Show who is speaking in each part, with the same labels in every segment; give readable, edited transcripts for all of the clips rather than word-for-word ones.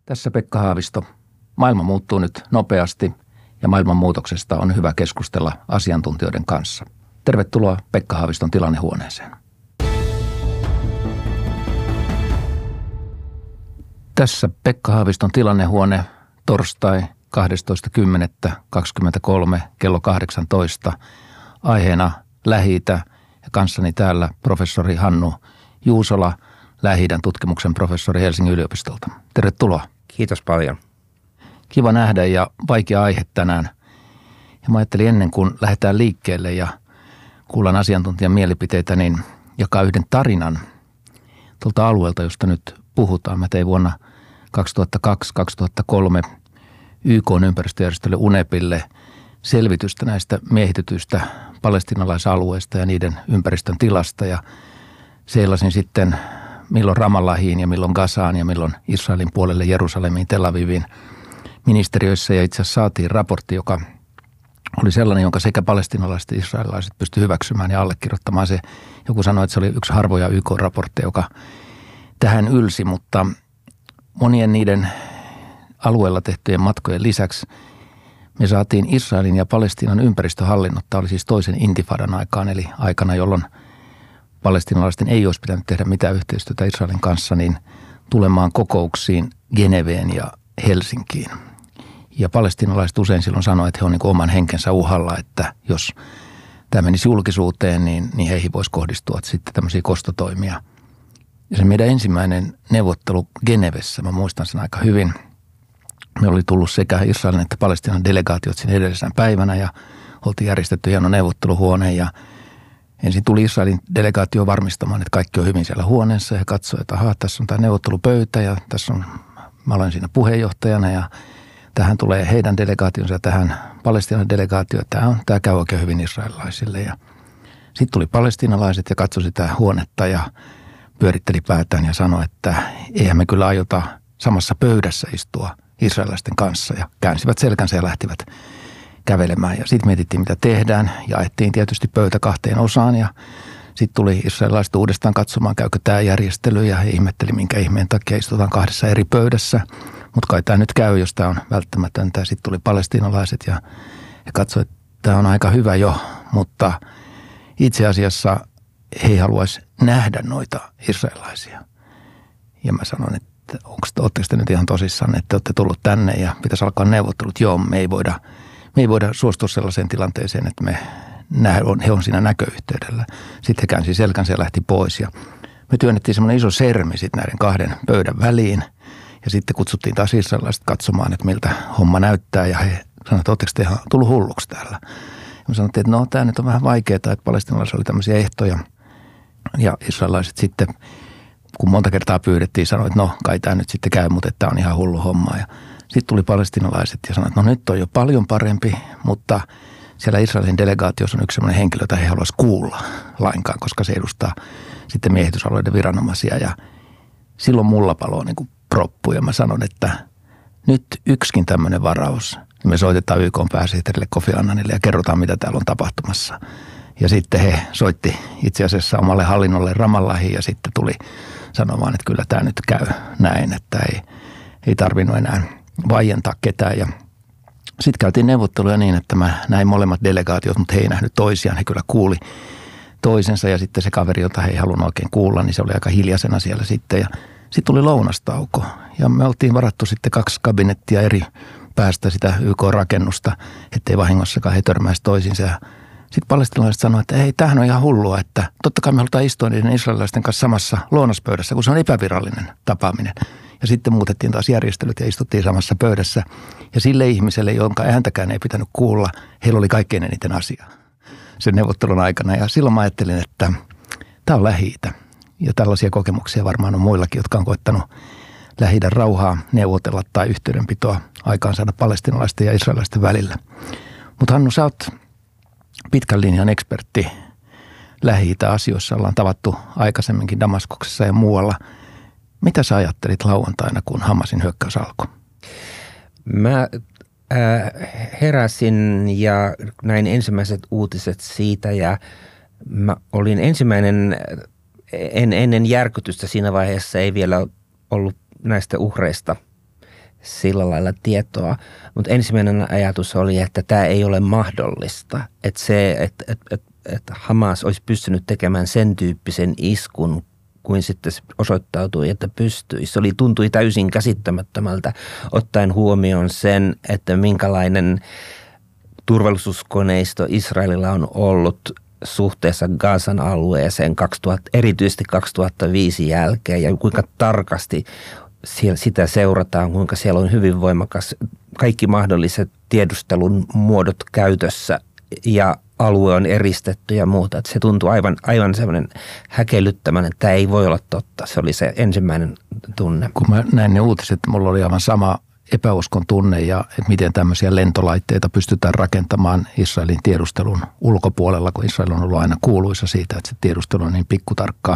Speaker 1: Tässä Pekka Haavisto. Maailma muuttuu nyt nopeasti ja maailman muutoksesta on hyvä keskustella asiantuntijoiden kanssa. Tervetuloa Pekka Haaviston tilannehuoneeseen. Tässä Pekka Haaviston tilannehuone torstai 12.10.23 kello 18. Aiheena Lähi-itä ja kanssani täällä professori Hannu Juusola, Lähi-idän tutkimuksen professori Helsingin yliopistolta. Tervetuloa.
Speaker 2: Kiitos paljon.
Speaker 1: Kiva nähdä ja vaikea aihe tänään. Ja mä ajattelin ennen kuin lähdetään liikkeelle ja kuullaan asiantuntijan mielipiteitä, niin jakaa yhden tarinan tuolta alueelta, josta nyt puhutaan. Mä tein vuonna 2002-2003 YK:n ympäristöjärjestölle UNEPille selvitystä näistä miehitetyistä palestiinalaisalueista ja niiden ympäristön tilasta. Ja seilasin sitten milloin Ramallahiin ja milloin Gazaan ja milloin Israelin puolelle Jerusalemiin, Tel Aviviin ministeriöissä. Ja itse asiassa saatiin raportti, joka oli sellainen, jonka sekä palestiinalaiset että israelilaiset pystyivät hyväksymään ja allekirjoittamaan. Se, joku sanoi, että se oli yksi harvoja YK-raportteja, joka tähän ylsi, mutta monien niiden alueella tehtyjen matkojen lisäksi me saatiin Israelin ja Palestiinan ympäristöhallinnot. Tämä oli siis toisen intifadan aikaan, eli aikana, jolloin palestiinalaisten ei olisi pitänyt tehdä mitään yhteistyötä Israelin kanssa, niin tulemaan kokouksiin Geneveen ja Helsinkiin. Ja palestiinalaiset usein silloin sanoivat, että he on niin kuin oman henkensä uhalla, että jos tämä menisi julkisuuteen, niin heihin voisi kohdistua sitten tämmöisiä kostotoimia. Ja se meidän ensimmäinen neuvottelu Genevessä, mä muistan sen aika hyvin. Me oli tullut sekä Israelin että Palestiinan delegaatiot sinne edellisenä päivänä ja oltiin järjestetty hieno neuvotteluhuone ja ensin tuli Israelin delegaatio varmistamaan, että kaikki on hyvin siellä huoneessa ja katsoi, että tässä on tämä neuvottelupöytä ja tässä on, mä olen siinä puheenjohtajana ja tähän tulee heidän delegaationsa ja tähän Palestiinan delegaatio. Tämä käy oikein hyvin israelilaisille ja sitten tuli palestiinalaiset ja katsoi sitä huonetta ja pyöritteli päätään ja sanoi, että eihän me kyllä aiota samassa pöydässä istua israelilaisten kanssa ja käänsivät selkänsä ja lähtivät kävelemään. Ja sitten mietittiin, mitä tehdään. Jaettiin tietysti pöytä kahteen osaan ja sitten tuli israelilaiset uudestaan katsomaan, käykö tämä järjestely ja he ihmetteli, minkä ihmeen takia istutaan kahdessa eri pöydässä. Mutta kai tämä nyt käy, jos tämä on välttämätöntä. Sitten tuli palestiinalaiset ja katsoi, että tämä on aika hyvä jo, mutta itse asiassa he ei haluaisi nähdä noita israelilaisia. Ja mä sanoin, että ootteko te nyt ihan tosissaan, että olette tullut tänne ja pitäisi alkaa neuvottelut. Joo, me ei voida suostua sellaiseen tilanteeseen, että he on siinä näköyhteydellä. Sitten he käänsi selkänsä ja lähti pois ja me työnnettiin semmoinen iso sermi sitten näiden kahden pöydän väliin. Ja sitten kutsuttiin taas israelilaiset katsomaan, että miltä homma näyttää ja he sanoivat, että ootteko te ihan tullut hulluksi täällä. Ja me sanottiin, että no tämä nyt on vähän vaikeaa, että palestiinalaisilla oli tämmöisiä ehtoja. Ja israelilaiset sitten, kun monta kertaa pyydettiin, sanoivat, että no kai tämä nyt sitten käy, mutta tämä on ihan hullu homma. Ja sitten tuli palestiinalaiset ja sanoivat, että no nyt on jo paljon parempi, mutta siellä Israelin delegaatiossa on yksi sellainen henkilö, jota he haluaisivat kuulla lainkaan, koska se edustaa sitten miehitysalueiden viranomaisia. Ja silloin mulla paloi niin kuin proppu ja mä sanon, että nyt yksikin tämmöinen varaus. Me soitetaan YK:n pääsihteerille Kofi Annanille ja kerrotaan, mitä täällä on tapahtumassa. Ja sitten he soitti itse asiassa omalle hallinnolle Ramallahiin ja sitten tuli sanomaan, että kyllä tämä nyt käy näin, että ei tarvinnut enää vaientaa ketään. Ja sitten käytiin neuvotteluja niin, että mä näin molemmat delegaatiot, mutta he ei nähnyt toisiaan. He kyllä kuuli toisensa ja sitten se kaveri, jota he ei halunnut oikein kuulla, niin se oli aika hiljaisena siellä sitten. Ja sitten tuli lounastauko ja me oltiin varattu sitten 2 kabinettia eri päästä sitä YK-rakennusta, ettei vahingossakaan he törmäisi toisiinsa. Sitten palestiinalaiset sanoivat, että ei, tämähän on ihan hullua, että totta kai me halutaan istua niiden israelilaisten kanssa samassa lounaspöydässä, kun se on epävirallinen tapaaminen. Ja sitten muutettiin taas järjestelyt ja istuttiin samassa pöydässä. Ja sille ihmiselle, jonka ääntäkään ei pitänyt kuulla, heillä oli kaikkein eniten asiaa sen neuvottelun aikana. Ja silloin mä ajattelin, että tämä on Lähi-itä. Ja tällaisia kokemuksia varmaan on muillakin, jotka on koettanut Lähi-idän rauhaa neuvotella tai yhteydenpitoa aikaansaada palestiinalaisten ja israelilaisten välillä. Mutta Hannu, sä oot pitkän linjan ekspertti Lähi-itä-asioissa. Ollaan tavattu aikaisemminkin Damaskoksessa ja muualla. Mitä sä ajattelit lauantaina, kun Hamasin hyökkäys alkoi?
Speaker 2: Mä heräsin ja näin ensimmäiset uutiset siitä ja mä olin ensimmäinen, ennen järkytystä siinä vaiheessa ei vielä ollut näistä uhreista sillä lailla tietoa. Mutta ensimmäinen ajatus oli, että tämä ei ole mahdollista. Että se, että Hamas olisi pystynyt tekemään sen tyyppisen iskun, kuin sitten osoittautui, että pystyi. Se tuntui täysin käsittämättömältä, ottaen huomioon sen, että minkälainen turvallisuuskoneisto Israelilla on ollut suhteessa Gazan alueeseen erityisesti 2005 jälkeen ja kuinka tarkasti sitä seurataan, kuinka siellä on hyvin voimakas kaikki mahdolliset tiedustelun muodot käytössä ja alue on eristetty ja muuta. Että se tuntui aivan semmoinen häkellyttävän, että tämä ei voi olla totta. Se oli se ensimmäinen tunne.
Speaker 1: Kun mä näin ne uutiset, mulla oli aivan sama epäuskon tunne ja että miten tämmöisiä lentolaitteita pystytään rakentamaan Israelin tiedustelun ulkopuolella, kun Israel on ollut aina kuuluisa siitä, että se tiedustelu on niin pikkutarkkaa.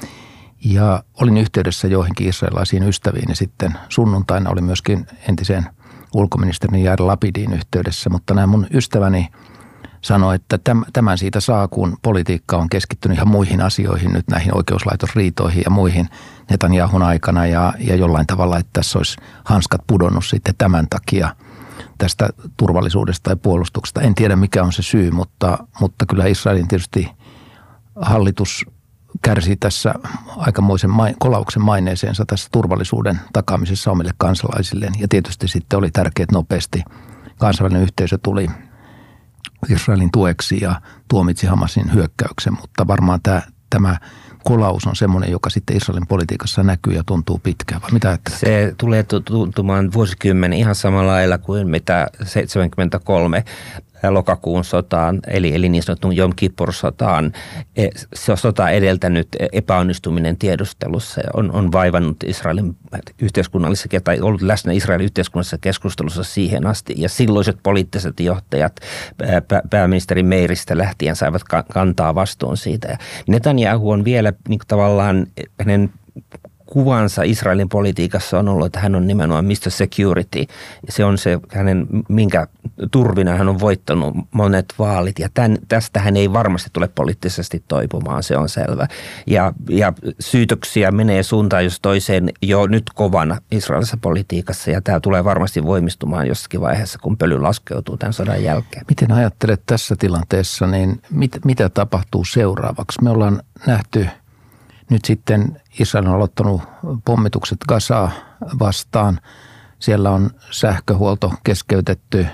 Speaker 1: Ja olin yhteydessä joihinkin israelilaisiin ystäviin ja sitten sunnuntaina oli myöskin entiseen ulkoministerin Jair Lapidiin yhteydessä, mutta nämä mun ystäväni sanoi, että tämän siitä saa, kun politiikka on keskittynyt ihan muihin asioihin, nyt näihin oikeuslaitosriitoihin ja muihin Netanyahun aikana ja jollain tavalla, että tässä olisi hanskat pudonnut sitten tämän takia tästä turvallisuudesta ja puolustuksesta. En tiedä mikä on se syy, mutta kyllä Israelin tietysti hallitus kärsii tässä aikamoisen kolauksen maineeseensa tässä turvallisuuden takaamisessa omille kansalaisilleen. Ja tietysti sitten oli tärkeää, että nopeasti kansainvälinen yhteisö tuli Israelin tueksi ja tuomitsi Hamasin hyökkäyksen, mutta varmaan tämä kolaus on semmoinen, joka sitten Israelin politiikassa näkyy ja tuntuu pitkään. Vai mitä ajattelet?
Speaker 2: Se tulee tuntumaan vuosikymmenen ihan samalla lailla kuin mitä 73 lokakuun sotaan, eli niin sanottuun Jom Kippur-sotaan. Se sota edeltänyt epäonnistuminen tiedustelussa on vaivannut Israelin yhteiskunnallisessa tai ollut läsnä Israelin yhteiskunnallisessa keskustelussa siihen asti. Ja silloiset poliittiset johtajat pääministeri Meiristä lähtien saivat kantaa vastuun siitä. Ja Netanyahu on vielä niin tavallaan hänen kuvansa Israelin politiikassa on ollut, että hän on nimenomaan Mr. Security. Se on se hänen, minkä turvina hän on voittanut monet vaalit. Ja tästä hän ei varmasti tule poliittisesti toipumaan, se on selvä. Ja syytöksiä menee suuntaan jos toiseen jo nyt kovana Israelissa politiikassa. Ja tämä tulee varmasti voimistumaan jossakin vaiheessa, kun pöly laskeutuu tämän sodan jälkeen.
Speaker 1: Miten ajattelet tässä tilanteessa, niin mitä tapahtuu seuraavaksi? Me ollaan nähty nyt sitten Israel on aloittanut pommitukset Gazaa vastaan. Siellä on sähköhuolto keskeytetty,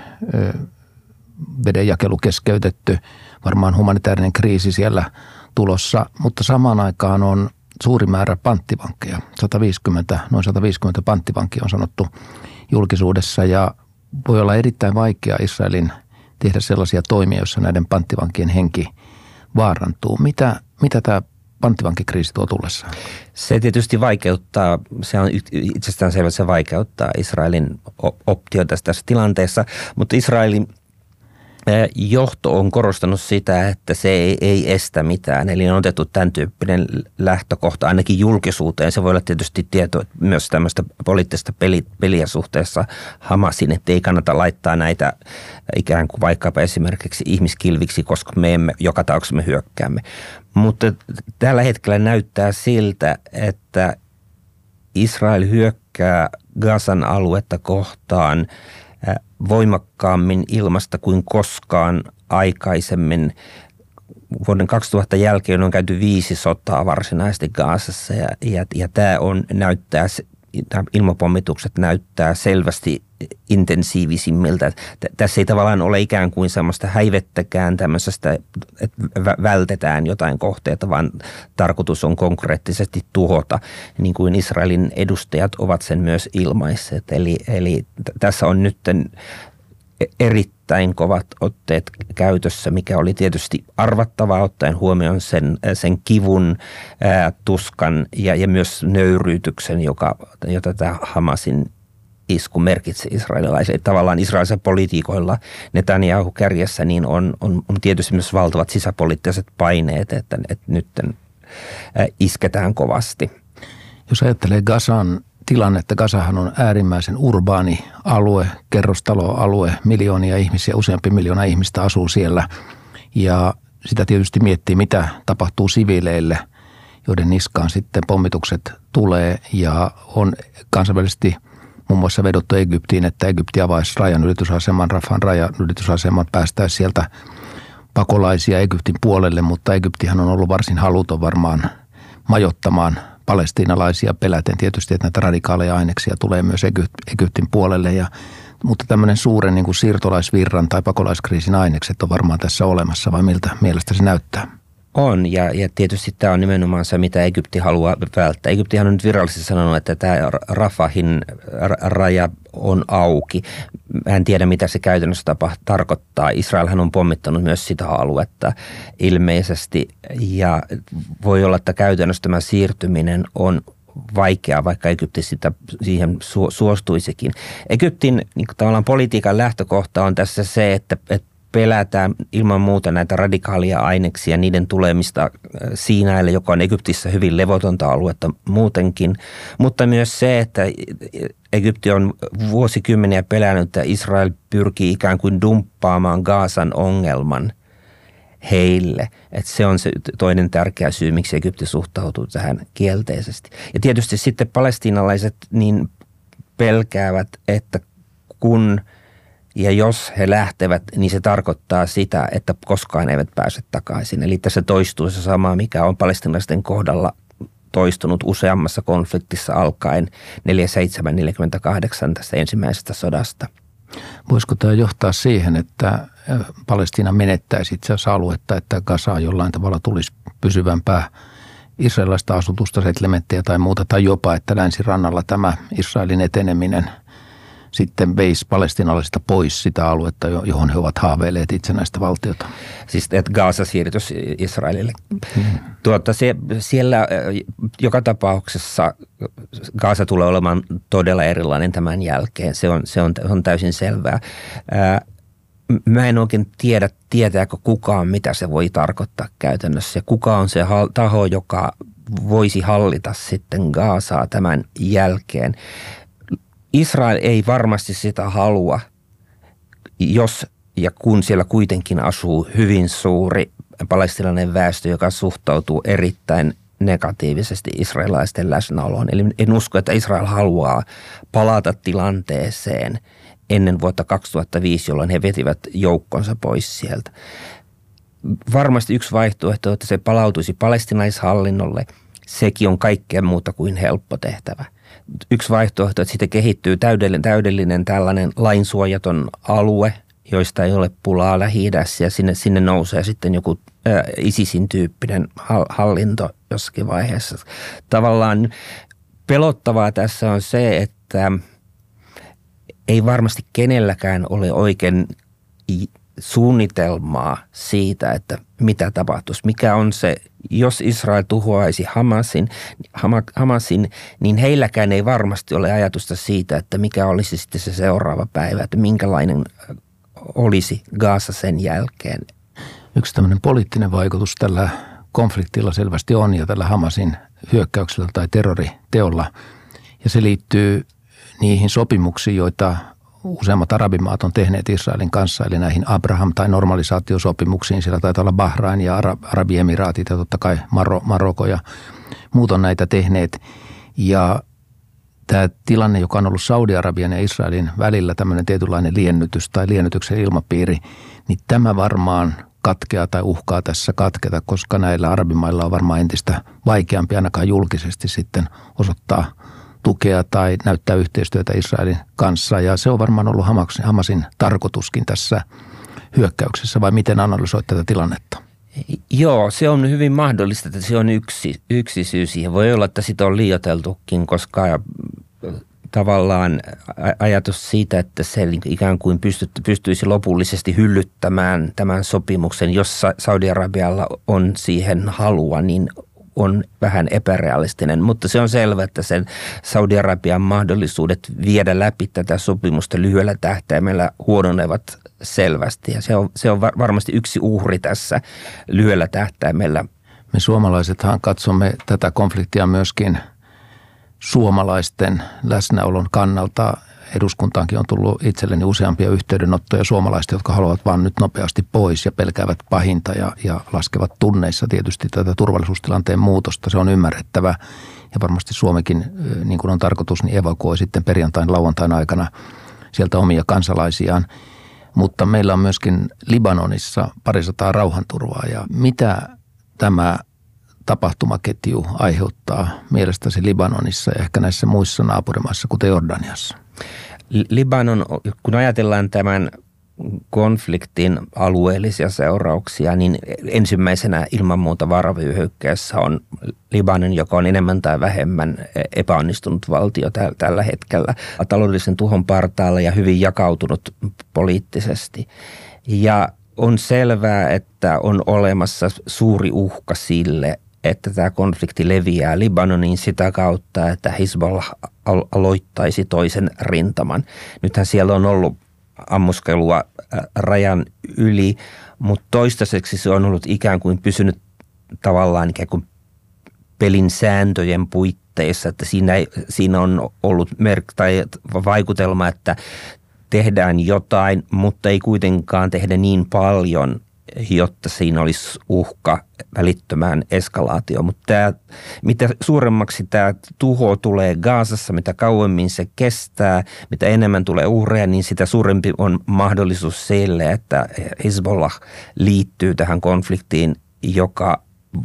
Speaker 1: vedenjakelu keskeytetty, varmaan humanitaarinen kriisi siellä tulossa, mutta samaan aikaan on suuri määrä panttivankeja. Noin 150 panttivankia on sanottu julkisuudessa ja voi olla erittäin vaikea Israelin tehdä sellaisia toimia, joissa näiden panttivankien henki vaarantuu. Mitä tämä panttivankikriisi tuo tullessaan?
Speaker 2: Se tietysti vaikeuttaa, se on itsestään selvä, se vaikeuttaa Israelin optiota tässä tilanteessa, mutta Israelin johto on korostanut sitä, että se ei estä mitään. Eli on otettu tämän tyyppinen lähtökohta ainakin julkisuuteen. Se voi olla tietysti tieto myös tämmöistä poliittista peliä suhteessa Hamasin, että ei kannata laittaa näitä ikään kuin vaikkapa esimerkiksi ihmiskilviksi, koska me emme joka tapauksessa me hyökkäämme. Mutta tällä hetkellä näyttää siltä, että Israel hyökkää Gazan aluetta kohtaan voimakkaammin ilmasta kuin koskaan aikaisemmin. Vuoden 2000 jälkeen on käyty 5 sotaa varsinaisesti Gazassa ja tämä ilmapommitukset näyttää selvästi intensiivisimmiltä. Tässä ei tavallaan ole ikään kuin semmoista häivettäkään tämmöisestä, että vältetään jotain kohteita, vaan tarkoitus on konkreettisesti tuhota, niin kuin Israelin edustajat ovat sen myös ilmaisseet. Eli tässä on nyt erittäin kovat otteet käytössä, mikä oli tietysti arvattavaa ottaen huomioon sen kivun, tuskan ja myös nöyryytyksen, jota tämä Hamasin isku merkitsi israelilaisille. Tavallaan israelisen politiikoilla Netanyahu kärjessä niin on tietysti myös valtavat sisäpoliittiset paineet, että nyt isketään kovasti.
Speaker 1: Jos ajattelee Gazan tilannetta, Gazahan on äärimmäisen urbaani alue, kerrostaloalue, miljoonia ihmisiä, useampi miljoona ihmistä asuu siellä ja sitä tietysti miettii, mitä tapahtuu siviileille, joiden niskaan sitten pommitukset tulee ja on kansainvälisesti muun muassa vedottu Egyptiin, että Egypti avaisi rajanylitysaseman, Rafan rajanylitysaseman, päästäisiin sieltä pakolaisia Egyptin puolelle, mutta Egyptihän on ollut varsin haluton varmaan majoittamaan palestiinalaisia peläten tietysti, että näitä radikaaleja aineksia tulee myös Egyptin puolelle. Mutta tämmöinen suuren niin kuin siirtolaisvirran tai pakolaiskriisin ainekset on varmaan tässä olemassa, vai miltä mielestä se näyttää?
Speaker 2: On, ja tietysti tämä on nimenomaan se, mitä Egypti haluaa välttää. Egyptihan on nyt virallisesti sanonut, että tämä Rafahin raja on auki. Mä en tiedä, mitä se käytännössä tarkoittaa. Israelhan on pommittanut myös sitä aluetta ilmeisesti, ja voi olla, että käytännössä tämä siirtyminen on vaikeaa, vaikka Egypti siihen suostuisikin. Egyptin niin tavallaan politiikan lähtökohta on tässä se, että pelätään ilman muuta näitä radikaalia aineksia, niiden tulemista Siinaille, joka on Egyptissä hyvin levotonta aluetta muutenkin, mutta myös se, että Egypti on vuosikymmeniä pelännyt, että Israel pyrkii ikään kuin dumppaamaan Gazan ongelman heille. Että se on se toinen tärkeä syy, miksi Egypti suhtautuu tähän kielteisesti. Ja tietysti sitten palestiinalaiset niin pelkäävät, että kun ja jos he lähtevät, niin se tarkoittaa sitä, että koskaan eivät pääse takaisin. Eli tässä toistuu se sama, mikä on palestiinalaisten kohdalla toistunut useammassa konfliktissa alkaen 47-48 tästä ensimmäisestä sodasta.
Speaker 1: Voisiko tämä johtaa siihen, että Palestiina menettäisi itse asiassa aluetta, että Gazaan jollain tavalla tulisi pysyvämpää israelilaista asutusta, settlementtiä tai muuta, tai jopa, että länsirannalla tämä Israelin eteneminen sitten veisi palestiinalaisista pois sitä aluetta, johon he ovat haaveilleet itsenäistä valtiota.
Speaker 2: Siis että Gaza siirtyisi Israelille. Siellä joka tapauksessa Gaza tulee olemaan todella erilainen tämän jälkeen. Se on täysin selvää. Mä en oikein tietääkö kukaan, mitä se voi tarkoittaa käytännössä. Ja kuka on se taho, joka voisi hallita sitten Gazaa tämän jälkeen. Israel ei varmasti sitä halua, jos ja kun siellä kuitenkin asuu hyvin suuri palestiinalainen väestö, joka suhtautuu erittäin negatiivisesti israelilaisten läsnäoloon. Eli en usko, että Israel haluaa palata tilanteeseen ennen vuotta 2005, jolloin he vetivät joukkonsa pois sieltä. Varmasti yksi vaihtoehto, että se palautuisi palestiinaishallinnolle, sekin on kaikkea muuta kuin helppo tehtävä. Yksi vaihtoehto, että siitä kehittyy täydellinen tällainen lainsuojaton alue, joista ei ole pulaa Lähi-idässä, ja sinne nousee sitten joku ISISin tyyppinen hallinto jossakin vaiheessa. Tavallaan pelottavaa tässä on se, että ei varmasti kenelläkään ole oikein suunnitelmaa siitä, että mitä tapahtuisi. Mikä on se, jos Israel tuhoaisi Hamasin, niin heilläkään ei varmasti ole ajatusta siitä, että mikä olisi sitten se seuraava päivä, että minkälainen olisi Gaza sen jälkeen.
Speaker 1: Yksi tämmöinen poliittinen vaikutus tällä konfliktilla selvästi on ja tällä Hamasin hyökkäyksellä tai terroriteolla. Ja se liittyy niihin sopimuksiin, joita useammat arabimaat on tehneet Israelin kanssa, eli näihin Abraham- tai normalisaatiosopimuksiin. Siellä taitaa olla Bahrain ja Arabiemiraatit ja totta kai Marokko ja muut on näitä tehneet. Ja tämä tilanne, joka on ollut Saudi-Arabian ja Israelin välillä, tämmöinen tietynlainen liennytys tai liennytyksen ilmapiiri, niin tämä varmaan katkeaa tai uhkaa tässä katketa, koska näillä arabimailla on varmaan entistä vaikeampi ainakaan julkisesti sitten osoittaa tukea tai näyttää yhteistyötä Israelin kanssa. Ja se on varmaan ollut Hamasin tarkoituskin tässä hyökkäyksessä, vai miten analysoit tätä tilannetta?
Speaker 2: Joo, se on hyvin mahdollista, että se on yksi syy siihen. Voi olla, että sitä on liioiteltukin, koska tavallaan ajatus siitä, että se ikään kuin pystyisi lopullisesti hyllyttämään tämän sopimuksen, jos Saudi-Arabialla on siihen halua, niin on vähän epärealistinen, mutta se on selvä, että sen Saudi-Arabian mahdollisuudet viedä läpi tätä sopimusta lyhyellä tähtäimellä huononevat selvästi. Ja se on varmasti yksi uhri tässä lyhyellä tähtäimellä.
Speaker 1: Me suomalaisethan katsomme tätä konfliktia myöskin suomalaisten läsnäolon kannalta. eduskuntaankin on tullut itselleni useampia yhteydenottoja suomalaista, jotka haluavat vaan nyt nopeasti pois ja pelkäävät pahinta ja laskevat tunneissa tietysti tätä turvallisuustilanteen muutosta. Se on ymmärrettävä ja varmasti Suomikin, niin kuin on tarkoitus, niin evakuoi sitten perjantain lauantain aikana sieltä omia kansalaisiaan. Mutta meillä on myöskin Libanonissa 200 rauhanturvaajaa. Mitä tämä tapahtumaketju aiheuttaa mielestäsi Libanonissa ja ehkä näissä muissa naapurimaissa, kuten Jordaniassa?
Speaker 2: Libanon, kun ajatellaan tämän konfliktin alueellisia seurauksia, niin ensimmäisenä ilman muuta vaaravyöhykkeessä on Libanon, joka on enemmän tai vähemmän epäonnistunut valtio tällä hetkellä. Taloudellisen tuhon partaalla ja hyvin jakautunut poliittisesti. Ja on selvää, että on olemassa suuri uhka sille, että tämä konflikti leviää Libanoniin sitä kautta, että Hizbollah aloittaisi toisen rintaman. Nythän siellä on ollut ammuskelua rajan yli, mutta toistaiseksi se on ollut ikään kuin pysynyt tavallaan ikään kuin pelin sääntöjen puitteissa, että siinä on ollut tai vaikutelma, että tehdään jotain, mutta ei kuitenkaan tehdä niin paljon, jotta siinä olisi uhka välittömään eskalaatioon. Mutta mitä suuremmaksi tämä tuho tulee Gazassa, mitä kauemmin se kestää, mitä enemmän tulee uhreja, niin sitä suurempi on mahdollisuus sille, että Hizbollah liittyy tähän konfliktiin, joka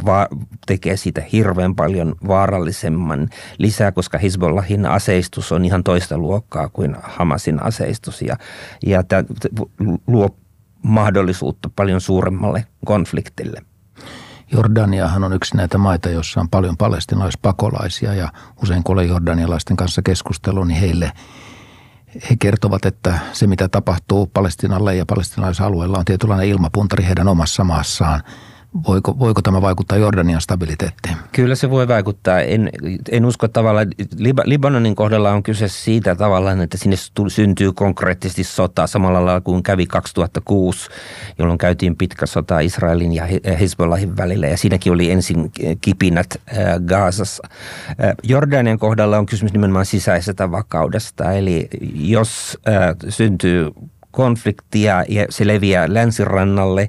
Speaker 2: tekee siitä hirveän paljon vaarallisemman lisää, koska Hizbollahin aseistus on ihan toista luokkaa kuin Hamasin aseistus ja tämä luo mahdollisuutta paljon suuremmalle konfliktille.
Speaker 1: Jordaniahan on yksi näitä maita, jossa on paljon palestiinalaispakolaisia ja usein kun olen jordanialaisten kanssa keskustellut, niin he kertovat, että se mitä tapahtuu Palestiinalle ja palestiinalaisalueella on tietynlainen ilmapuntari heidän omassa maassaan. Voiko tämä vaikuttaa Jordanian stabiliteettiin?
Speaker 2: Kyllä se voi vaikuttaa. En usko tavallaan, Libanonin kohdalla on kyse siitä tavallaan, että sinne syntyy konkreettisesti sota samalla lailla kuin kävi 2006, jolloin käytiin pitkä sota Israelin ja Hezbollahin välillä ja siinäkin oli ensin kipinät Gazassa. Jordanian kohdalla on kysymys nimenomaan sisäisestä vakaudesta, eli jos syntyy konfliktia ja se leviää länsirannalle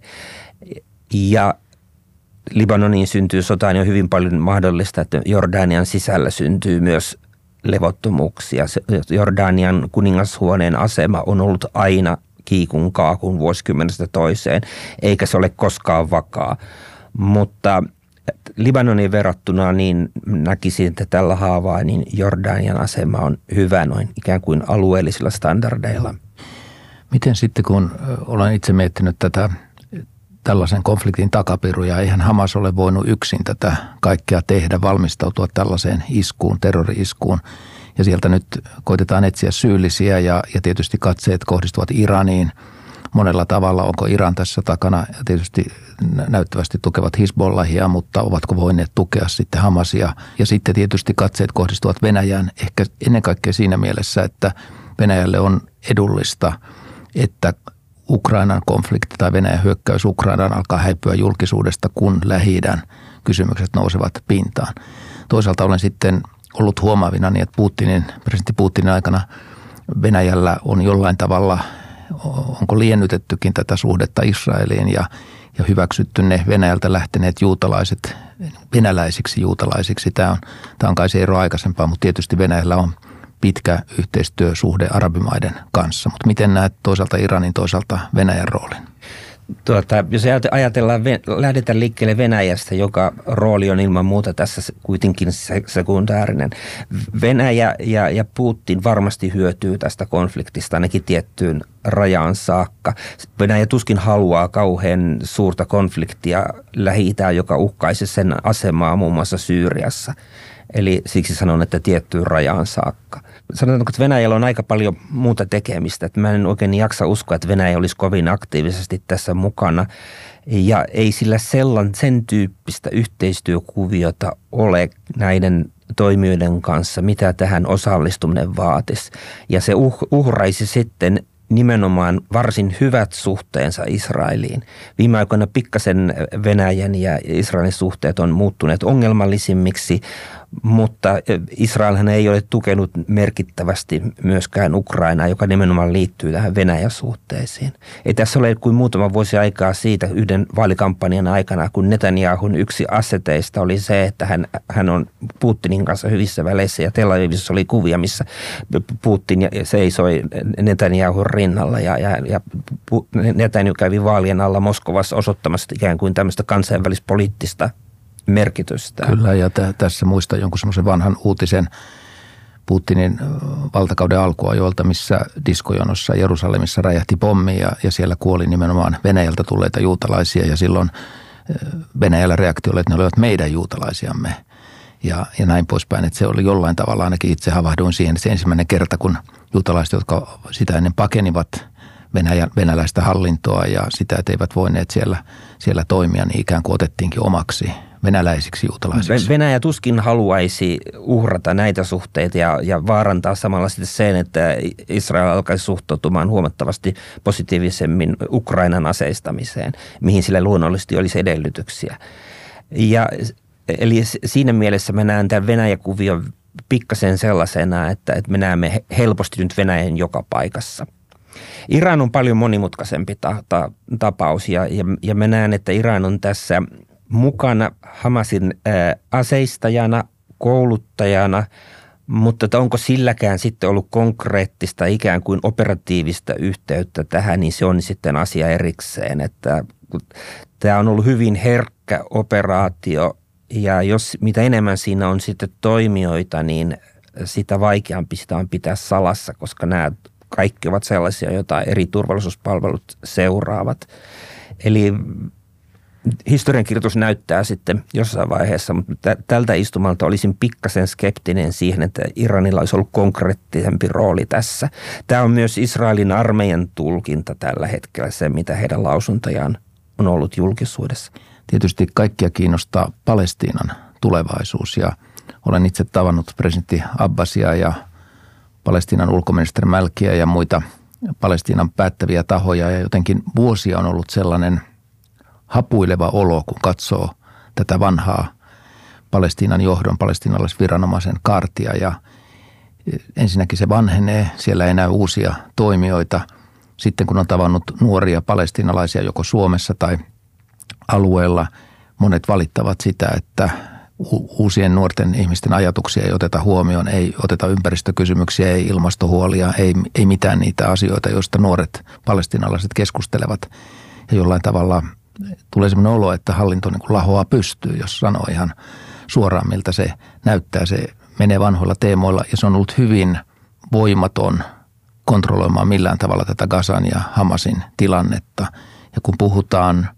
Speaker 2: ja Libanoniin syntyy sotaan, niin on hyvin paljon mahdollista, että Jordanian sisällä syntyy myös levottomuuksia. Jordanian kuningashuoneen asema on ollut aina kiikun kaakun vuosikymmenestä toiseen, eikä se ole koskaan vakaa. Mutta Libanoniin verrattuna niin näkisin, että tällä haavaa niin Jordanian asema on hyvä noin ikään kuin alueellisilla standardeilla.
Speaker 1: Miten sitten, kun olen itse miettinyt tällaisen konfliktin takapiruja, eihän Hamas ole voinut yksin tätä kaikkea tehdä, valmistautua tällaiseen iskuun, terrori-iskuun. Ja sieltä nyt koitetaan etsiä syyllisiä ja tietysti katseet kohdistuvat Iraniin monella tavalla. Onko Iran tässä takana? Ja tietysti näyttävästi tukevat Hizbollahia, mutta ovatko voineet tukea sitten Hamasia? Ja sitten tietysti katseet kohdistuvat Venäjään, ehkä ennen kaikkea siinä mielessä, että Venäjälle on edullista, että Ukrainan konflikti tai Venäjän hyökkäys Ukrainaan alkaa häipyä julkisuudesta, kun Lähi-idän kysymykset nousevat pintaan. Toisaalta olen sitten ollut huomaavinani, että presidentti Putinin aikana Venäjällä on jollain tavalla, onko liennytettykin tätä suhdetta Israeliin ja hyväksytty ne Venäjältä lähteneet juutalaiset venäläisiksi juutalaisiksi. Tämä on kai se ero aikaisempaa, mutta tietysti Venäjällä on pitkä yhteistyösuhde arabimaiden kanssa. Mutta miten näet toisaalta Iranin, toisaalta Venäjän roolin?
Speaker 2: Jos ajatellaan, lähdetään liikkeelle Venäjästä, joka rooli on ilman muuta tässä kuitenkin sekundaarinen. Venäjä ja Putin varmasti hyötyy tästä konfliktista ainakin tiettyyn rajaan saakka. Venäjä tuskin haluaa kauhean suurta konfliktia Lähi-Itään, joka uhkaisi sen asemaa muun muassa Syyriassa. Eli siksi sanon, että tiettyyn rajaan saakka. Sanotaanko, että Venäjällä on aika paljon muuta tekemistä. Että mä en oikein jaksa uskoa, että Venäjä olisi kovin aktiivisesti tässä mukana. Ja ei sillä sen tyyppistä yhteistyökuviota ole näiden toimijoiden kanssa, mitä tähän osallistuminen vaatisi. Ja se uhraisi sitten nimenomaan varsin hyvät suhteensa Israeliin. Viime aikoina pikkasen Venäjän ja Israelin suhteet on muuttuneet ongelmallisimmiksi, mutta Israelhan ei ole tukenut merkittävästi myöskään Ukrainaa, joka nimenomaan liittyy tähän Venäjän suhteisiin. Ei tässä ole kuin muutama vuosi aikaa siitä yhden vaalikampanjan aikana, kun Netanyahun yksi asseteista oli se, että hän on Putinin kanssa hyvissä väleissä, ja Tel Avivissa oli kuvia, missä Putin seisoi Netanyahun rinnalla ja Netanyahu kävi vaalien alla Moskovassa osoittamassa ikään kuin tämmöistä kansainvälispoliittista merkitystä.
Speaker 1: Kyllä, ja tässä muistan jonkun semmoisen vanhan uutisen Putinin valtakauden alkuajoilta, missä diskojonossa Jerusalemissa räjähti pommi ja siellä kuoli nimenomaan Venäjältä tulleita juutalaisia, ja silloin Venäjällä reaktio oli, että ne olivat meidän juutalaisiamme ja näin poispäin. Että se oli jollain tavalla, ainakin itse havahduin siihen, että se ensimmäinen kerta, kun juutalaiset, jotka sitä ennen pakenivat venäläistä hallintoa ja sitä, että eivät voineet siellä toimia, niin ikään kuin otettiinkin omaksi venäläisiksi juutalaisiksi.
Speaker 2: Venäjä tuskin haluaisi uhrata näitä suhteita ja vaarantaa samalla sitten sen, että Israel alkaisi suhtautumaan huomattavasti positiivisemmin Ukrainan aseistamiseen, mihin sillä luonnollisesti olisi edellytyksiä. Eli siinä mielessä mä näen tämän Venäjä-kuvion pikkasen sellaisena, että me näemme helposti nyt Venäjän joka paikassa. Iran on paljon monimutkaisempi tapaus ja mä näen, että Iran on tässä mukana Hamasin aseistajana, kouluttajana, mutta onko silläkään sitten ollut konkreettista ikään kuin operatiivista yhteyttä tähän, niin se on sitten asia erikseen. Että tämä on ollut hyvin herkkä operaatio ja jos mitä enemmän siinä on sitten toimijoita, niin sitä vaikeampi sitä on pitää salassa, koska nämä kaikki ovat sellaisia, joita eri turvallisuuspalvelut seuraavat. Eli historiankirjoitus näyttää sitten jossain vaiheessa, mutta tältä istumalta olisin pikkasen skeptinen siihen, että Iranilla olisi ollut konkreettisempi rooli tässä. Tämä on myös Israelin armeijan tulkinta tällä hetkellä, se mitä heidän lausuntojaan on ollut julkisuudessa.
Speaker 1: Tietysti kaikkia kiinnostaa Palestiinan tulevaisuus ja olen itse tavannut presidentti Abbasia ja Palestiinan ulkoministeri Malkia ja muita Palestiinan päättäviä tahoja ja jotenkin vuosia on ollut sellainen hapuileva olo, kun katsoo tätä vanhaa Palestiinan johdon, palestiinalaisviranomaisen kaartia ja ensinnäkin se vanhenee, siellä ei näy uusia toimijoita. Sitten kun on tavannut nuoria palestiinalaisia joko Suomessa tai alueella, monet valittavat sitä, että uusien nuorten ihmisten ajatuksia ei oteta huomioon, ei oteta ympäristökysymyksiä, ei ilmastohuolia, ei mitään niitä asioita, joista nuoret palestiinalaiset keskustelevat. Ja jollain tavalla tulee sellainen olo, että hallinto niin kuin lahoaa pystyy, jos sanoo ihan suoraan, miltä se näyttää. Se menee vanhoilla teemoilla ja se on ollut hyvin voimaton kontrolloimaan millään tavalla tätä Gazan ja Hamasin tilannetta. Ja kun puhutaan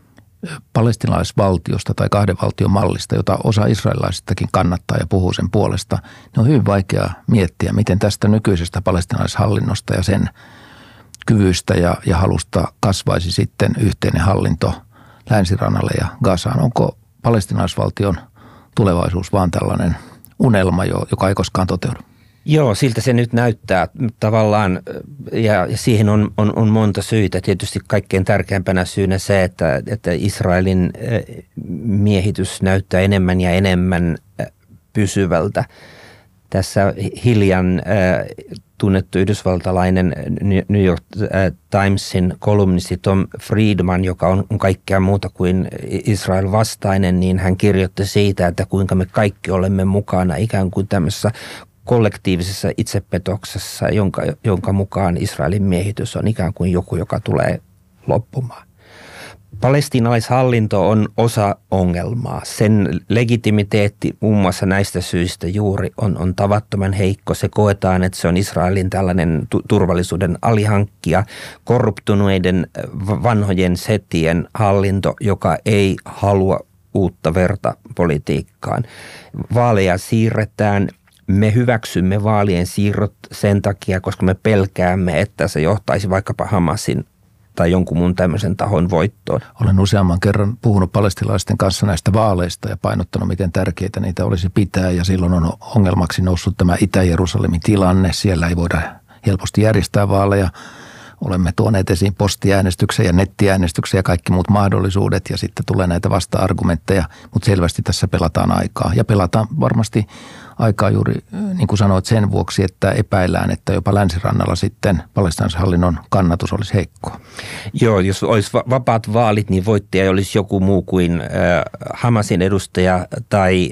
Speaker 1: palestiinalaisvaltiosta tai kahden valtion mallista, jota osa israelilaisistakin kannattaa ja puhuu sen puolesta, niin on hyvin vaikea miettiä, miten tästä nykyisestä palestiinalaishallinnosta ja sen kyvystä ja halusta kasvaisi sitten yhteinen hallinto Länsirannalle ja Gazaan. Onko palestiinalaisvaltion tulevaisuus vaan tällainen unelma, joka ei koskaan toteudu?
Speaker 2: Joo, siltä se nyt näyttää tavallaan ja siihen on monta syytä. Tietysti kaikkein tärkeimpänä syynä se, että Israelin miehitys näyttää enemmän ja enemmän pysyvältä. Tässä hiljan tunnettu yhdysvaltalainen New York Timesin kolumnisti Tom Friedman, joka on kaikkea muuta kuin Israel vastainen, niin hän kirjoitti siitä, että kuinka me kaikki olemme mukana ikään kuin tämmöisessä kollektiivisessa itsepetoksessa, jonka mukaan Israelin miehitys on ikään kuin joku, joka tulee loppumaan. Palestiinalaishallinto on osa ongelmaa. Sen legitimiteetti muun muassa näistä syistä juuri on tavattoman heikko. Se koetaan, että se on Israelin tällainen turvallisuuden alihankkija, korruptuneiden vanhojen setien hallinto, joka ei halua uutta verta politiikkaan. Vaaleja siirretään. Me hyväksymme vaalien siirrot sen takia, koska me pelkäämme, että se johtaisi vaikkapa Hamasin tai jonkun muun tämmöisen tahon voittoon.
Speaker 1: Olen useamman kerran puhunut palestiinalaisten kanssa näistä vaaleista ja painottanut, miten tärkeitä niitä olisi pitää. Ja silloin on ongelmaksi noussut tämä Itä-Jerusalemin tilanne. Siellä ei voida helposti järjestää vaaleja. olemme tuoneet esiin postiäänestyksen ja nettiäänestyksen ja kaikki muut mahdollisuudet ja sitten tulee näitä vasta-argumentteja, mutta selvästi tässä pelataan aikaa ja pelataan varmasti aikaa juuri niin kuin sanoit sen vuoksi, että epäillään, että jopa länsirannalla sitten palestiinalaishallinnon kannatus olisi heikkoa.
Speaker 2: Joo, jos olisi vapaat vaalit, niin voittaja olisi joku muu kuin Hamasin edustaja tai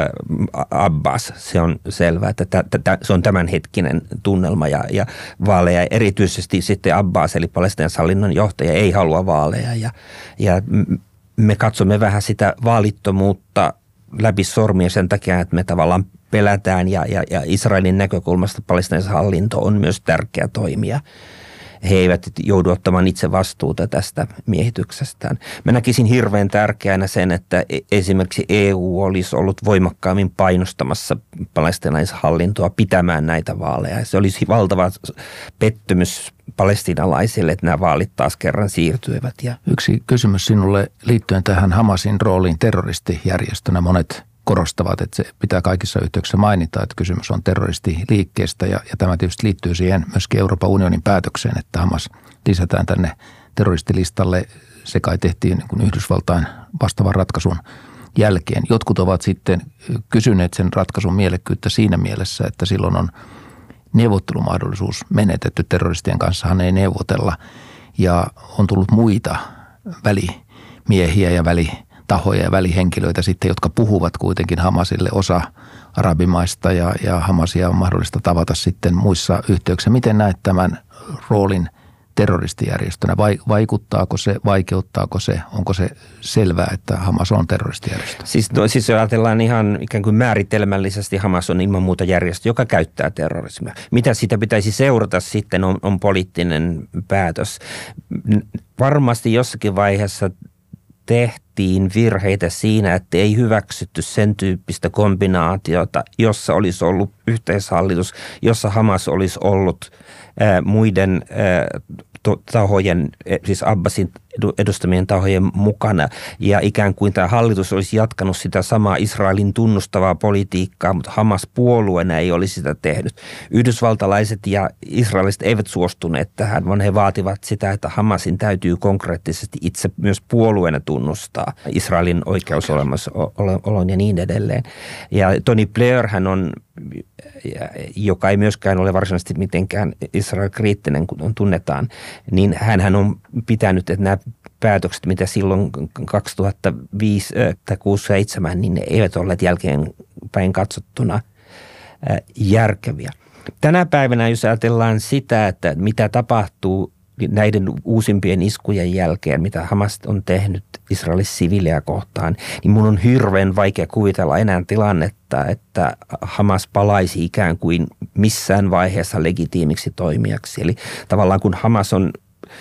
Speaker 2: Abbas. Se on selvää, että se on tämänhetkinen tunnelma ja vaaleja. Erityisesti sitten Abbas eli palestiinalaishallinnon johtaja ei halua vaaleja ja me katsomme vähän sitä vaalittomuutta läpi sormia sen takia, että me tavallaan pelätään ja Israelin näkökulmasta palestiinalaishallinto on myös tärkeä toimija. He eivät joudu ottamaan itse vastuuta tästä miehityksestään. Mä näkisin hirveän tärkeänä sen, että esimerkiksi EU olisi ollut voimakkaammin painostamassa palestiinalaishallintoa pitämään näitä vaaleja. Se olisi valtava pettymys palestiinalaisille, että nämä vaalit taas kerran siirtyivät.
Speaker 1: Yksi kysymys sinulle liittyen tähän Hamasin rooliin terroristijärjestönä. Monet korostavat, että se pitää kaikissa yhteyksissä mainita, että kysymys on terroristiliikkeestä ja tämä tietysti liittyy siihen myöskin Euroopan unionin päätökseen, että Hamas lisätään tänne terroristilistalle. Se kai tehtiin niin kuin Yhdysvaltain vastaavan ratkaisun jälkeen. Jotkut ovat sitten kysyneet sen ratkaisun mielekkyyttä siinä mielessä, että silloin on neuvottelumahdollisuus menetetty. Terroristien kanssahan ei neuvotella ja on tullut muita välimiehiä ja välitahoja ja välihenkilöitä sitten, jotka puhuvat kuitenkin Hamasille, osa arabimaista ja Hamasia on mahdollista tavata sitten muissa yhteyksissä. Miten näet tämän roolin terroristijärjestönä? Vaikuttaako se, vaikeuttaako se, onko se selvää, että Hamas on terroristijärjestö?
Speaker 2: Siis ajatellaan ihan ikään kuin määritelmällisesti Hamas on ilman muuta järjestö, joka käyttää terrorismia. Mitä sitä pitäisi seurata sitten on poliittinen päätös. Varmasti jossakin vaiheessa tehtiin virheitä siinä, että ei hyväksytty sen tyyppistä kombinaatiota, jossa olisi ollut yhteishallitus, jossa Hamas olisi ollut muiden tahojen, siis Abbasin edustamien tahojen mukana ja ikään kuin tämä hallitus olisi jatkanut sitä samaa Israelin tunnustavaa politiikkaa, mutta Hamas puolueena ei olisi sitä tehnyt. Yhdysvaltalaiset ja israeliset eivät suostuneet tähän, vaan he vaativat sitä, että Hamasin täytyy konkreettisesti itse myös puolueena tunnustaa Israelin oikeusolemassaolon ja niin edelleen. Ja Tony Blair hän on, joka ei myöskään ole varsinaisesti mitenkään Israel-kriittinen, kun tunnetaan, niin hän on pitänyt, että nämä päätökset, mitä silloin 2005 tai 2007, niin ne eivät olleet jälkeenpäin katsottuna järkeviä. Tänä päivänä, jos ajatellaan sitä, että mitä tapahtuu näiden uusimpien iskujen jälkeen, mitä Hamas on tehnyt Israelin siviilejä kohtaan, niin mun on hirveän vaikea kuvitella enää tilannetta, että Hamas palaisi ikään kuin missään vaiheessa legitiimiksi toimijaksi. Eli tavallaan kun Hamas on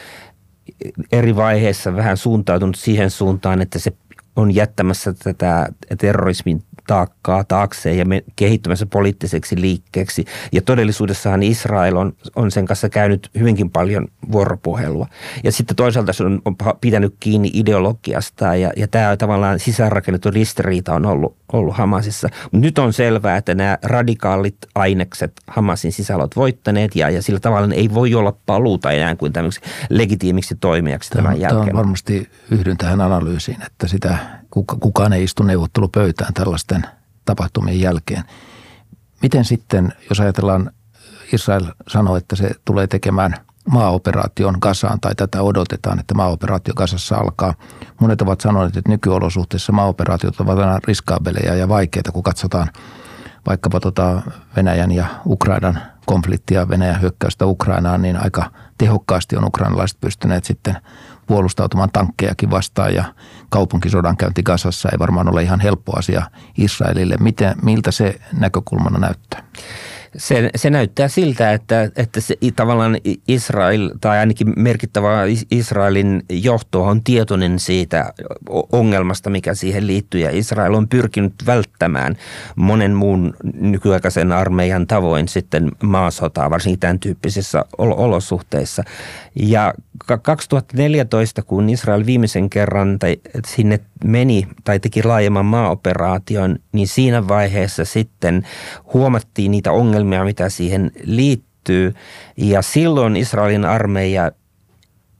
Speaker 2: eri vaiheissa vähän suuntautunut siihen suuntaan, että se on jättämässä tätä terrorismin taakkaa taakseen ja kehittymässä poliittiseksi liikkeeksi. Ja todellisuudessahan Israel on sen kanssa käynyt hyvinkin paljon vuoropuhelua. Ja sitten toisaalta se on pitänyt kiinni ideologiasta ja tämä tavallaan sisäänrakennettu ristiriita on ollut Hamasissa. Mutta nyt on selvää, että nämä radikaalit ainekset Hamasin sisällä ovat voittaneet ja sillä tavalla ei voi olla paluuta enää kuin tämmöiseksi legitiimiksi toimijaksi tämän jälkeen.
Speaker 1: Tämä on varmasti yhdyn tähän analyysiin, että sitä kukaan ei istu neuvottelupöytään tällaisten tapahtumien jälkeen. Miten sitten, jos ajatellaan, Israel sanoo, että se tulee tekemään maaoperaation Gazaan tai tätä odotetaan, että maaoperaatio Gazassa alkaa. Monet ovat sanoneet, että nykyolosuhteissa maaoperaatiot ovat aina riskaabeleja ja vaikeita, kun katsotaan vaikkapa Venäjän ja Ukrainan konfliktia, Venäjän hyökkäystä Ukrainaan, niin aika tehokkaasti on ukrainalaiset pystyneet sitten puolustautumaan tankkejakin vastaan ja kaupunkisodankäynti Gazassa ei varmaan ole ihan helppo asia Israelille. Miltä se näkökulmana näyttää?
Speaker 2: Se näyttää siltä, että se, tavallaan Israel tai ainakin merkittävä Israelin johto on tietoinen siitä ongelmasta, mikä siihen liittyy. Ja Israel on pyrkinyt välttämään monen muun nykyaikaisen armeijan tavoin sitten maasotaa, varsinkin tämän tyyppisissä olosuhteissa. Ja 2014, kun Israel viimeisen kerran sinne meni tai teki laajemman maaoperaation, niin siinä vaiheessa sitten huomattiin niitä ongelmia, mitä siihen liittyy. Ja silloin Israelin armeija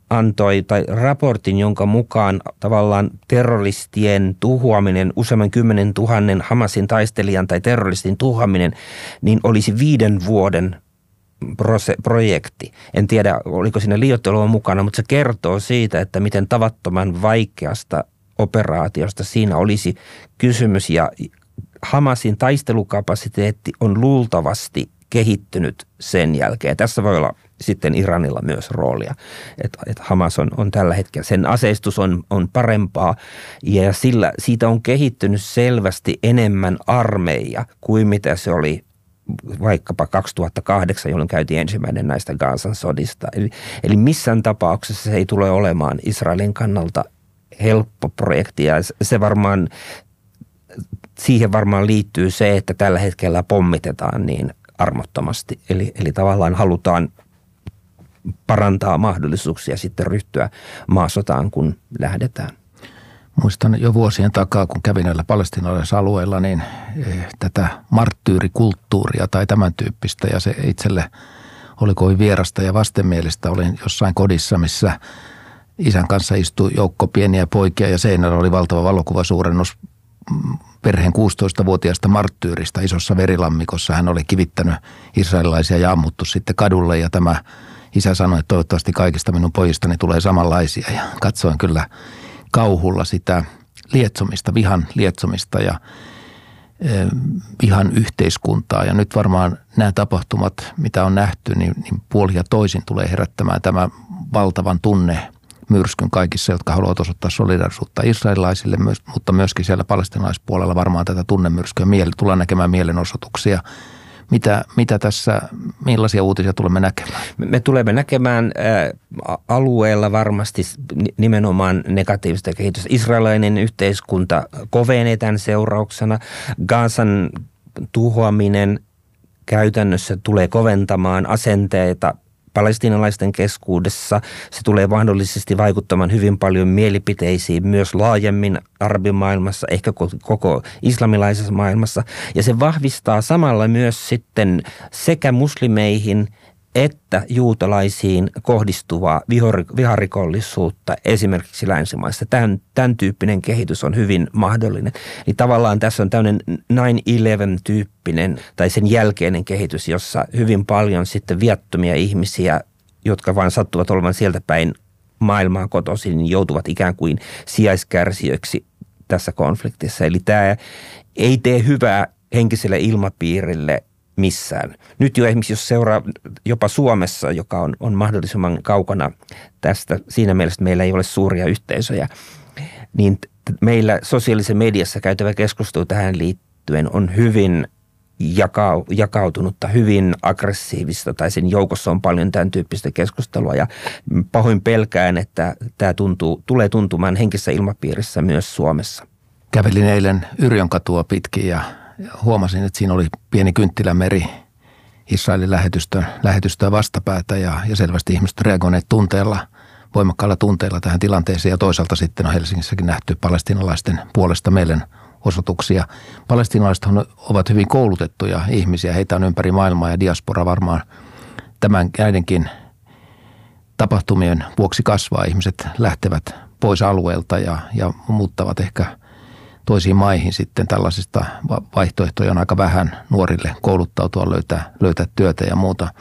Speaker 2: antoi raportin, jonka mukaan tavallaan terroristien tuhoaminen, useamman 10 000 Hamasin taistelijan tai terroristin tuhoaminen, niin olisi 5 vuoden projekti. En tiedä, oliko siinä liioittelua mukana, mutta se kertoo siitä, että miten tavattoman vaikeasta operaatiosta siinä olisi kysymys. Ja Hamasin taistelukapasiteetti on luultavasti kehittynyt sen jälkeen. Tässä voi olla sitten Iranilla myös roolia, että Hamas on tällä hetkellä, sen aseistus on parempaa ja siitä on kehittynyt selvästi enemmän armeija kuin mitä se oli vaikkapa 2008, jolloin käytiin ensimmäinen näistä Gazan sodista. Eli missään tapauksessa se ei tule olemaan Israelin kannalta helppo projekti ja siihen varmaan liittyy se, että tällä hetkellä pommitetaan niin armottomasti. Eli tavallaan halutaan parantaa mahdollisuuksia sitten ryhtyä maasotaan, kun lähdetään.
Speaker 1: Muistan jo vuosien takaa, kun kävin näillä palestiinalaisalueilla, niin tätä marttyyrikulttuuria tai tämän tyyppistä, ja se itselle oli kovin vierasta ja vastenmielistä. Olin jossain kodissa, missä isän kanssa istui joukko pieniä poikia ja seinällä oli valtava valokuvasuurennus perheen 16-vuotiaasta marttyyristä isossa verilammikossa. Hän oli kivittänyt israelilaisia ja ammuttu sitten kadulle, ja tämä isä sanoi, että toivottavasti kaikista minun pojistani tulee samanlaisia, ja katsoin kyllä kauhulla sitä lietsomista, vihan lietsomista ja vihan yhteiskuntaa. Ja nyt varmaan nämä tapahtumat, mitä on nähty, niin puoli ja toisin tulee herättämään tämä valtavan tunnemyrskyn kaikissa, jotka haluavat osoittaa solidaarisuutta israelilaisille, mutta myöskin siellä palestiinalaispuolella varmaan tätä tunnemyrskyä tullaan näkemään mielenosoituksia. Mitä tässä, millaisia uutisia tulemme näkemään?
Speaker 2: Me tulemme näkemään alueella varmasti nimenomaan negatiivista kehitystä. Israelilainen yhteiskunta kovenee tämän seurauksena. Gazan tuhoaminen käytännössä tulee koventamaan asenteita palestiinalaisten keskuudessa. Se tulee mahdollisesti vaikuttamaan hyvin paljon mielipiteisiin myös laajemmin arabimaailmassa, ehkä koko islamilaisessa maailmassa. Ja se vahvistaa samalla myös sitten sekä muslimeihin että juutalaisiin kohdistuvaa viharikollisuutta esimerkiksi länsimaissa. Tämän tyyppinen kehitys on hyvin mahdollinen. Eli tavallaan tässä on tämmöinen 9/11-tyyppinen tai sen jälkeinen kehitys, jossa hyvin paljon sitten viattomia ihmisiä, jotka vain sattuvat olemaan sieltä päin maailmaa kotoisin, niin joutuvat ikään kuin sijaiskärsijöiksi tässä konfliktissa. Eli tämä ei tee hyvää henkiselle ilmapiirille missään. Nyt jo esimerkiksi, jos seuraa jopa Suomessa, joka on mahdollisimman kaukana tästä, siinä mielessä meillä ei ole suuria yhteisöjä, niin meillä sosiaalisessa mediassa käytävä keskustelu tähän liittyen on hyvin jakautunutta, hyvin aggressiivista, tai sen joukossa on paljon tämän tyyppistä keskustelua, ja pahoin pelkään, että tämä tulee tuntumaan henkisessä ilmapiirissä myös Suomessa.
Speaker 1: Kävelin eilen Yrjönkatua pitkin ja huomasin, että siinä oli pieni kynttilämeri Israelin lähetystöä vastapäätä ja selvästi ihmiset reagoineet voimakkaalla tunteella tähän tilanteeseen, ja toisaalta sitten on Helsingissäkin nähty palestiinalaisten puolesta mielenosoituksia. Palestiinalaiset ovat hyvin koulutettuja ihmisiä, heitä on ympäri maailmaa ja diaspora varmaan näidenkin tapahtumien vuoksi kasvaa. Ihmiset lähtevät pois alueelta ja muuttavat ehkä toisiin maihin sitten. Tällaisista vaihtoehtoja on aika vähän nuorille kouluttautua, löytää työtä ja muuta.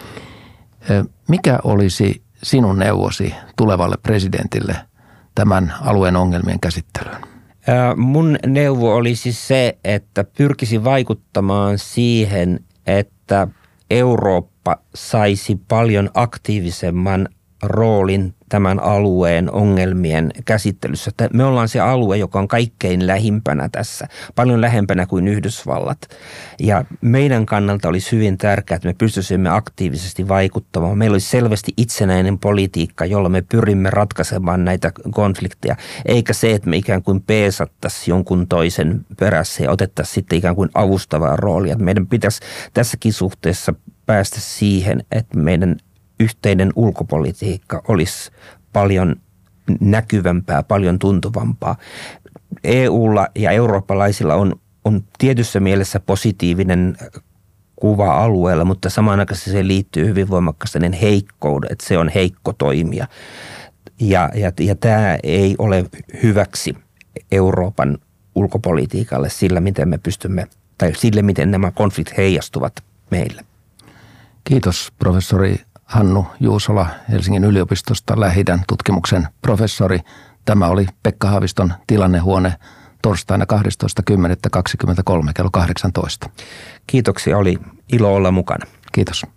Speaker 1: Mikä olisi sinun neuvosi tulevalle presidentille tämän alueen ongelmien käsittelyyn?
Speaker 2: Mun neuvo olisi se, että pyrkisi vaikuttamaan siihen, että Eurooppa saisi paljon aktiivisemman roolin tämän alueen ongelmien käsittelyssä. Me ollaan se alue, joka on kaikkein lähimpänä tässä, paljon lähempänä kuin Yhdysvallat. Ja meidän kannalta olisi hyvin tärkeää, että me pystyisimme aktiivisesti vaikuttamaan. Meillä olisi selvästi itsenäinen politiikka, jolla me pyrimme ratkaisemaan näitä konflikteja, eikä se, että me ikään kuin peesattaisiin jonkun toisen perässä ja otettaisiin sitten ikään kuin avustavaa roolia. Meidän pitäisi tässäkin suhteessa päästä siihen, että meidän yhteinen ulkopolitiikka olisi paljon näkyvämpää, paljon tuntuvampaa. EUlla ja eurooppalaisilla on tietyssä mielessä positiivinen kuva alueella, mutta samanaikaisesti se liittyy hyvin voimakkaasti heikkouteen, että se on heikko toimija. Ja tämä ei ole hyväksi Euroopan ulkopolitiikalle sillä, miten me pystymme, tai sille, miten nämä konfliktit heijastuvat meille.
Speaker 1: Kiitos professori Hannu Juusola Helsingin yliopistosta, Lähi-idän tutkimuksen professori. Tämä oli Pekka Haaviston Tilannehuone torstaina 12.10.23 kello 18.
Speaker 2: Kiitoksia, oli ilo olla mukana.
Speaker 1: Kiitos.